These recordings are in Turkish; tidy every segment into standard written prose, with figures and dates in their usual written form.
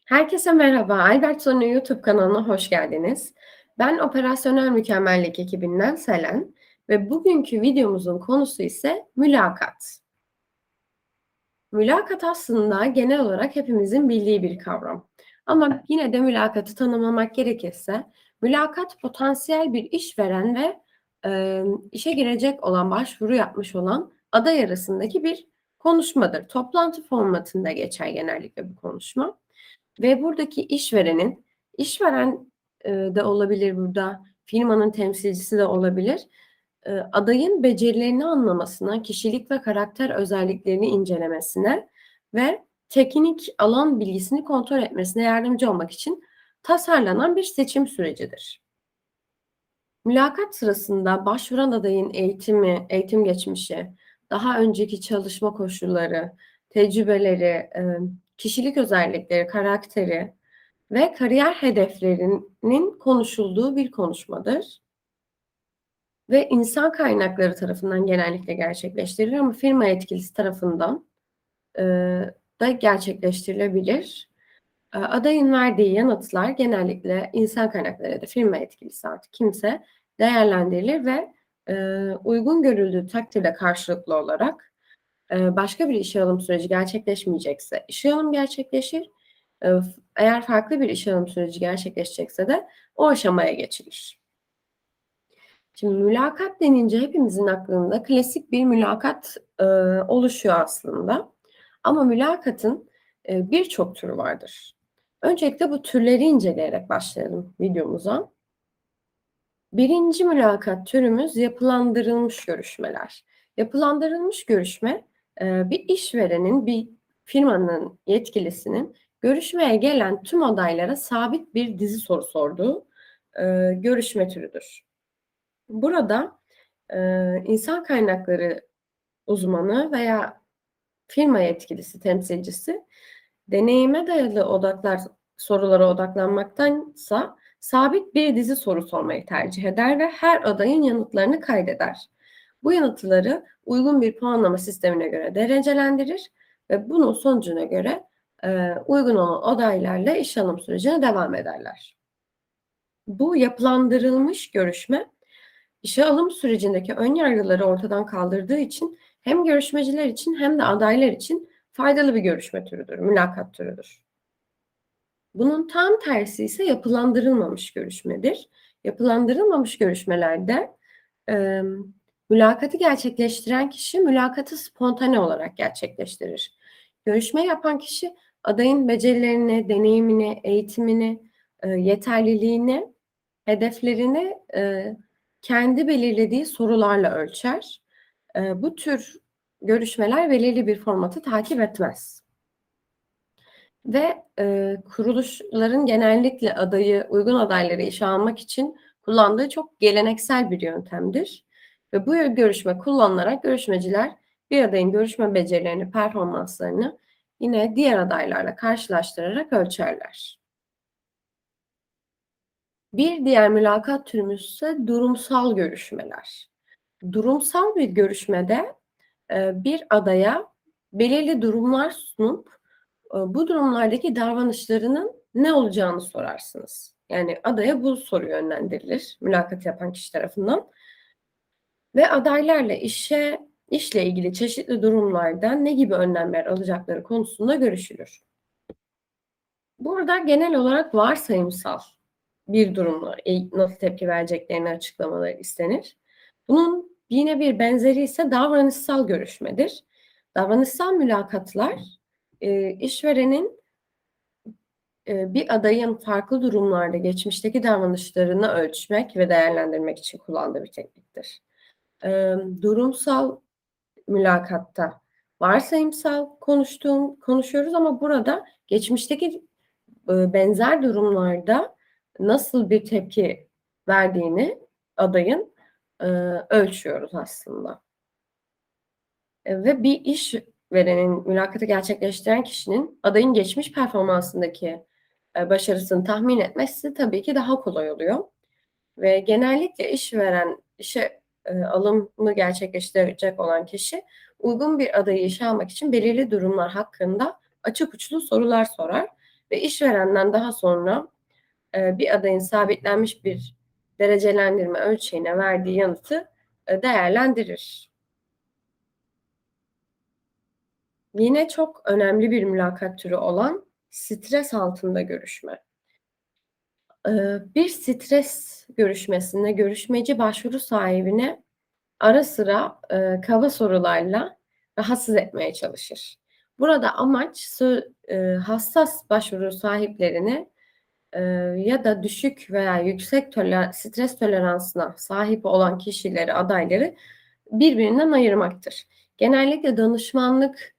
Herkese merhaba. Albert Sonu YouTube kanalına hoş geldiniz. Ben Operasyonel Mükemmellik ekibinden Selen ve bugünkü videomuzun konusu ise mülakat. Mülakat aslında genel olarak hepimizin bildiği bir kavram. Ama yine de mülakatı tanımlamak gerekirse, mülakat potansiyel bir işveren ve işe girecek olan, başvuru yapmış olan aday arasındaki bir konuşmadır. Toplantı formatında geçer genellikle bu konuşma. Ve buradaki işveren de olabilir burada, firmanın temsilcisi de olabilir. Adayın becerilerini anlamasına, kişilik ve karakter özelliklerini incelemesine ve teknik alan bilgisini kontrol etmesine yardımcı olmak için tasarlanan bir seçim sürecidir. Mülakat sırasında başvuran adayın eğitim geçmişi, daha önceki çalışma koşulları, tecrübeleri, kişilik özellikleri, karakteri ve kariyer hedeflerinin konuşulduğu bir konuşmadır. Ve insan kaynakları tarafından genellikle gerçekleştirilir ama firma yetkilisi tarafından da gerçekleştirilebilir. Adayın verdiği yanıtlar genellikle insan kaynakları ya da firma yetkilisi artık kimse değerlendirilir ve uygun görüldüğü takdirde karşılıklı olarak başka bir işe alım süreci gerçekleşmeyecekse işe alım gerçekleşir. Eğer farklı bir işe alım süreci gerçekleşecekse de o aşamaya geçilir. Şimdi mülakat denince hepimizin aklında klasik bir mülakat oluşuyor aslında. Ama mülakatın birçok türü vardır. Öncelikle bu türleri inceleyerek başlayalım videomuza. Birinci mülakat türümüz yapılandırılmış görüşmeler. Yapılandırılmış görüşme bir işverenin, bir firmanın yetkilisinin görüşmeye gelen tüm adaylara sabit bir dizi soru sorduğu görüşme türüdür. Burada insan kaynakları uzmanı veya firma yetkilisi, temsilcisi deneyime dayalı sorulara odaklanmaktansa sabit bir dizi soru sormayı tercih eder ve her adayın yanıtlarını kaydeder. Bu yanıtları uygun bir puanlama sistemine göre derecelendirir ve bunun sonucuna göre uygun olan adaylarla iş alım sürecine devam ederler. Bu yapılandırılmış görüşme işe alım sürecindeki ön yargıları ortadan kaldırdığı için hem görüşmeciler için hem de adaylar için faydalı bir görüşme türüdür, mülakat türüdür. Bunun tam tersi ise yapılandırılmamış görüşmedir. Yapılandırılmamış görüşmelerde mülakatı gerçekleştiren kişi mülakatı spontane olarak gerçekleştirir. Görüşme yapan kişi adayın becerilerini, deneyimini, eğitimini, yeterliliğini, hedeflerini kendi belirlediği sorularla ölçer. Bu tür görüşmeler belirli bir formatı takip etmez. Ve kuruluşların genellikle uygun adayları işe almak için kullandığı çok geleneksel bir yöntemdir. Ve bu görüşme kullanılarak görüşmeciler bir adayın görüşme becerilerini, performanslarını yine diğer adaylarla karşılaştırarak ölçerler. Bir diğer mülakat türümüz ise durumsal görüşmeler. Durumsal bir görüşmede bir adaya belirli durumlar sunup bu durumlardaki davranışlarının ne olacağını sorarsınız. Yani adaya bu soru yönlendirilir mülakat yapan kişi tarafından. Ve adaylarla işle ilgili çeşitli durumlarda ne gibi önlemler alacakları konusunda görüşülür. Burada genel olarak varsayımsal bir durumla nasıl tepki vereceklerini açıklamaları istenir. Bunun yine bir benzeri ise davranışsal görüşmedir. Davranışsal mülakatlar işverenin bir adayın farklı durumlarda geçmişteki davranışlarını ölçmek ve değerlendirmek için kullandığı bir tekniktir. Durumsal mülakatta varsayımsal konuşuyoruz ama burada geçmişteki benzer durumlarda nasıl bir tepki verdiğini adayın ölçüyoruz aslında. Ve bir işverenin mülakatı gerçekleştiren kişinin adayın geçmiş performansındaki başarısını tahmin etmesi tabii ki daha kolay oluyor. Ve genellikle işe alımı gerçekleştirecek olan kişi uygun bir adayı işe almak için belirli durumlar hakkında açık uçlu sorular sorar ve işverenden daha sonra bir adayın sabitlenmiş bir derecelendirme ölçeğine verdiği yanıtı değerlendirir. Yine çok önemli bir mülakat türü olan stres altında görüşme. Bir stres görüşmesinde görüşmeci başvuru sahibine ara sıra kaba sorularla rahatsız etmeye çalışır. Burada amaç hassas başvuru sahiplerini ya da düşük veya yüksek stres toleransına sahip olan kişileri, adayları birbirinden ayırmaktır. Genellikle danışmanlık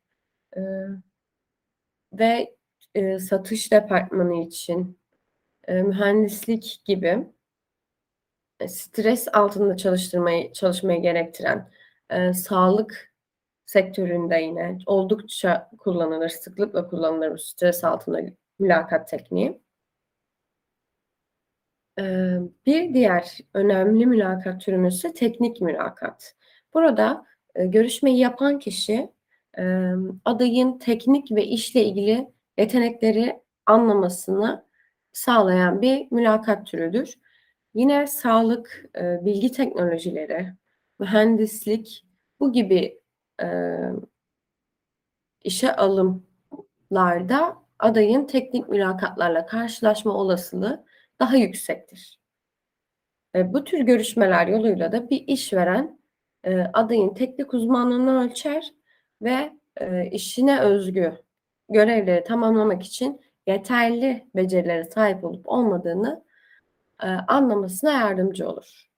ve satış departmanı için, mühendislik gibi stres altında çalışmayı gerektiren sağlık sektöründe yine oldukça kullanılır, sıklıkla kullanılır bu stres altında mülakat tekniği. Bir diğer önemli mülakat türümüz ise teknik mülakat. Burada görüşmeyi yapan kişi adayın teknik ve işle ilgili yetenekleri anlamasını sağlayan bir mülakat türüdür. Yine sağlık, bilgi teknolojileri, mühendislik bu gibi işe alımlarda adayın teknik mülakatlarla karşılaşma olasılığı daha yüksektir. Bu tür görüşmeler yoluyla da bir işveren adayın teknik uzmanlığını ölçer ve işine özgü görevleri tamamlamak için yeterli becerilere sahip olup olmadığını anlamasına yardımcı olur.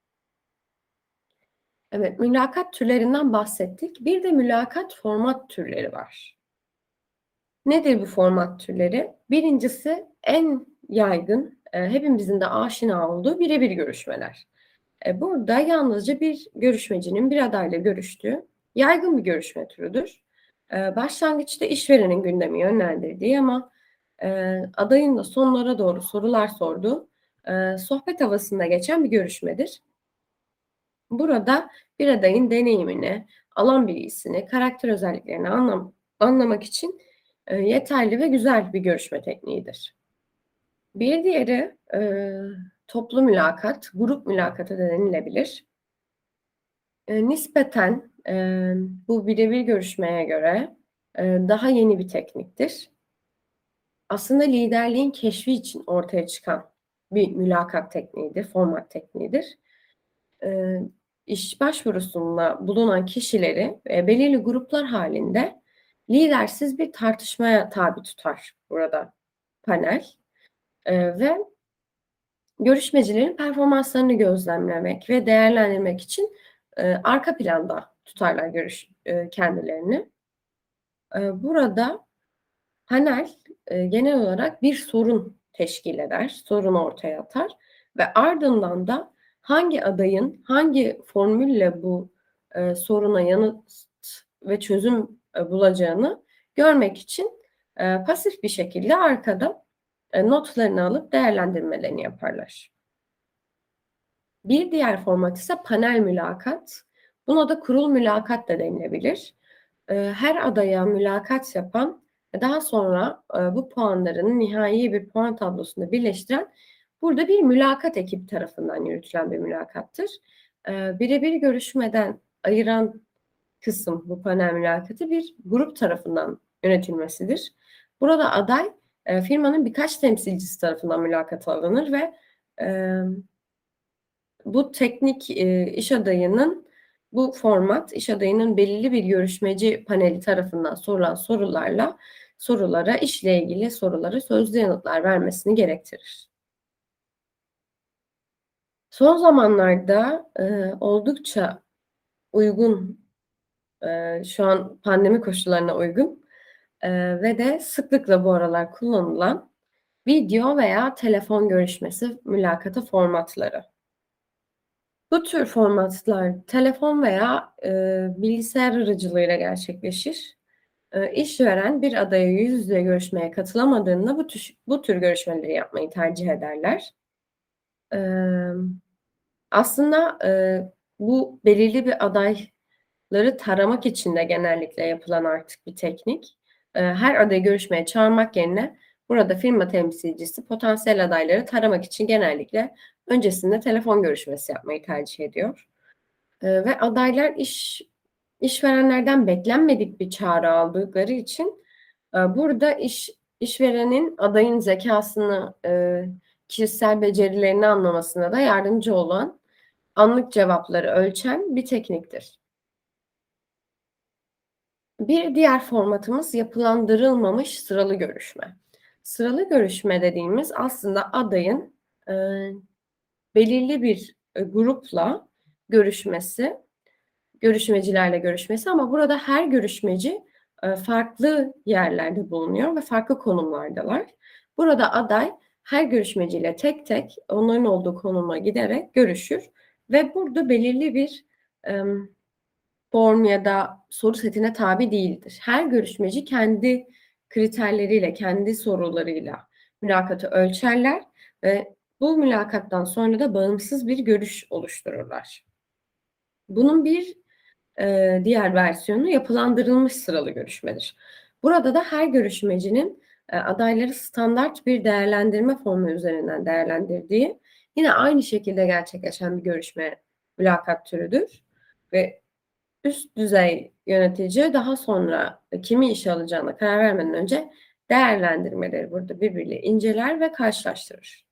Evet, mülakat türlerinden bahsettik. Bir de mülakat format türleri var. Nedir bu format türleri? Birincisi en yaygın, hepimizin de aşina olduğu birebir görüşmeler. Burada yalnızca bir görüşmecinin bir adayla görüştüğü yaygın bir görüşme türüdür. Başlangıçta işverenin gündemi yönlendirdiği ama adayın da sonlara doğru sorular sorduğu sohbet havasında geçen bir görüşmedir. Burada bir adayın deneyimini, alan bilgisini, karakter özelliklerini anlamak için yeterli ve güzel bir görüşme tekniğidir. Bir diğeri toplu mülakat, grup mülakatı da denilebilir. Nispeten bu birebir görüşmeye göre daha yeni bir tekniktir. Aslında liderliğin keşfi için ortaya çıkan bir mülakat tekniğidir, format tekniğidir. İş başvurusunda bulunan kişileri belirli gruplar halinde lidersiz bir tartışmaya tabi tutar burada panel. Ve görüşmecilerin performanslarını gözlemlemek ve değerlendirmek için arka planda tutarlar kendilerini. Burada panel genel olarak bir sorun teşkil eder, sorun ortaya atar ve ardından da hangi adayın hangi formülle bu soruna yanıt ve çözüm bulacağını görmek için pasif bir şekilde arkada notlarını alıp değerlendirmelerini yaparlar. Bir diğer format ise panel mülakat. Buna da kurul mülakat da denilebilir. Her adaya mülakat yapan ve daha sonra bu puanlarını nihai bir puan tablosunda birleştiren burada bir mülakat ekibi tarafından yürütülen bir mülakattır. Birebir görüşmeden ayıran kısım bu panel mülakatı bir grup tarafından yönetilmesidir. Burada aday firmanın birkaç temsilcisi tarafından mülakata alınır ve bu teknik iş adayının bu format iş adayının belirli bir görüşmeci paneli tarafından sorulan sorulara işle ilgili sorulara sözlü yanıtlar vermesini gerektirir. Son zamanlarda oldukça uygun, şu an pandemi koşullarına uygun ve de sıklıkla bu aralar kullanılan video veya telefon görüşmesi mülakatı formatları. Bu tür formatlar telefon veya bilgisayar aracılığıyla gerçekleşir. İşveren bir adaya yüz yüze görüşmeye katılamadığında bu tür görüşmeleri yapmayı tercih ederler. Aslında bu belirli bir adayları taramak için de genellikle yapılan artık bir teknik. Her adayı görüşmeye çağırmak yerine Burada firma temsilcisi potansiyel adayları taramak için genellikle öncesinde telefon görüşmesi yapmayı tercih ediyor. Ve adaylar işverenlerden beklenmedik bir çağrı aldıkları için burada işverenin adayın zekasını, kişisel becerilerini anlamasına da yardımcı olan anlık cevapları ölçen bir tekniktir. Bir diğer formatımız yapılandırılmamış sıralı görüşme. Sıralı görüşme dediğimiz aslında adayın belirli bir grupla görüşmesi, görüşmecilerle görüşmesi ama burada her görüşmeci farklı yerlerde bulunuyor ve farklı konumlardalar. Burada aday her görüşmeciyle tek tek onların olduğu konuma giderek görüşür ve burada belirli bir form ya da soru setine tabi değildir. Her görüşmeci kendi kriterleriyle, kendi sorularıyla mülakatı ölçerler ve bu mülakattan sonra da bağımsız bir görüş oluştururlar. Bunun bir diğer versiyonu yapılandırılmış sıralı görüşmedir. Burada da her görüşmecinin adayları standart bir değerlendirme formu üzerinden değerlendirdiği, yine aynı şekilde gerçekleşen bir görüşme mülakat türüdür. Ve üst düzey yönetici daha sonra kimi işe alacağına karar vermeden önce değerlendirmeleri burada birbiriyle inceler ve karşılaştırır.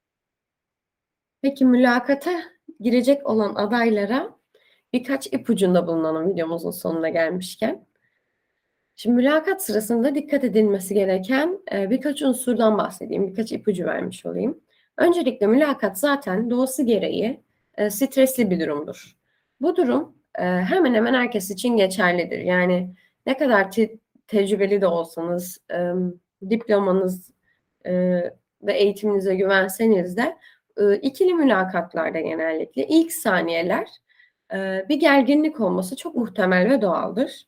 Peki mülakata girecek olan adaylara birkaç ipucunda bulunalım videomuzun sonuna gelmişken. Şimdi mülakat sırasında dikkat edilmesi gereken birkaç unsurdan bahsedeyim, birkaç ipucu vermiş olayım. Öncelikle mülakat zaten doğası gereği stresli bir durumdur. Bu durum hemen hemen herkes için geçerlidir. Yani ne kadar tecrübeli de olsanız, diplomanız ve eğitiminize güvenseniz de ikili mülakatlarda genellikle ilk saniyeler bir gerginlik olması çok muhtemel ve doğaldır.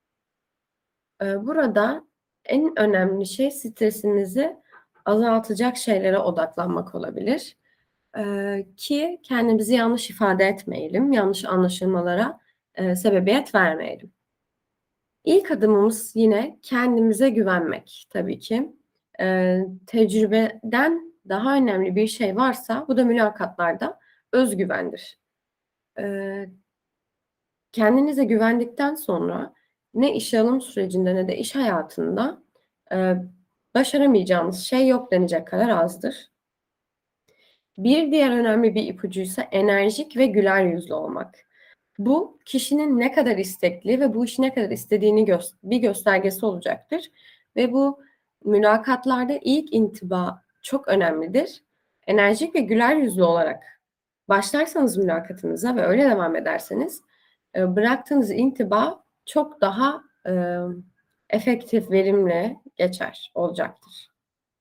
Burada en önemli şey stresinizi azaltacak şeylere odaklanmak olabilir. Ki kendimizi yanlış ifade etmeyelim, yanlış anlaşılmalara sebebiyet vermeyelim. İlk adımımız yine kendimize güvenmek tabii ki. Tecrübeden daha önemli bir şey varsa bu da mülakatlarda özgüvendir. Kendinize güvendikten sonra ne iş alım sürecinde ne de iş hayatında başaramayacağınız şey yok denecek kadar azdır. Bir diğer önemli bir ipucuysa enerjik ve güler yüzlü olmak. Bu kişinin ne kadar istekli ve bu işi ne kadar istediğini bir göstergesi olacaktır. Ve bu mülakatlarda ilk intiba çok önemlidir. Enerjik ve güler yüzlü olarak başlarsanız mülakatınıza ve öyle devam ederseniz bıraktığınız intiba çok daha efektif, verimli olacaktır.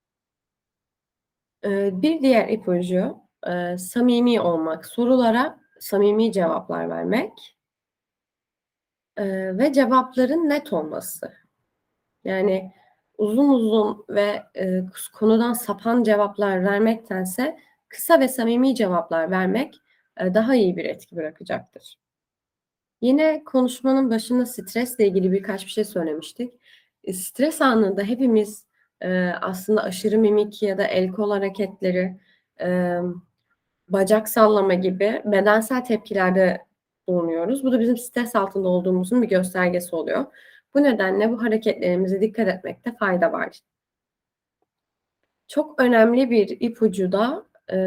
Bir diğer ipucu samimi olmak, sorulara samimi cevaplar vermek ve cevapların net olması. Yani uzun ve konudan sapan cevaplar vermektense kısa ve samimi cevaplar vermek daha iyi bir etki bırakacaktır. Yine konuşmanın başında stresle ilgili birkaç bir şey söylemiştik. Stres anında hepimiz aslında aşırı mimik ya da el kol hareketleri, bacak sallama gibi bedensel tepkilerde bulunuyoruz. Bu da bizim stres altında olduğumuzun bir göstergesi oluyor. Bu nedenle bu hareketlerimize dikkat etmekte fayda var. Çok önemli bir ipucu da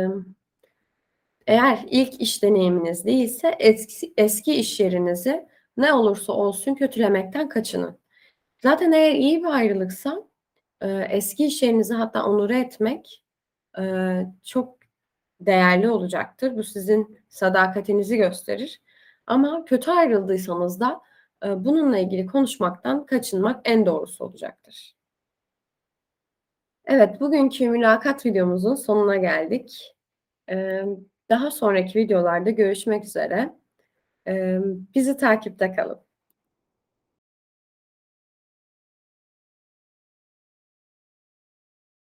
eğer ilk iş deneyiminiz değilse eski iş yerinizi ne olursa olsun kötülemekten kaçının. Zaten eğer iyi bir ayrılıksa eski iş yerinizi hatta onure etmek çok değerli olacaktır. Bu sizin sadakatinizi gösterir. Ama kötü ayrıldıysanız da bununla ilgili konuşmaktan kaçınmak en doğrusu olacaktır. Evet, bugünkü mülakat videomuzun sonuna geldik. Daha sonraki videolarda görüşmek üzere. Bizi takipte kalın.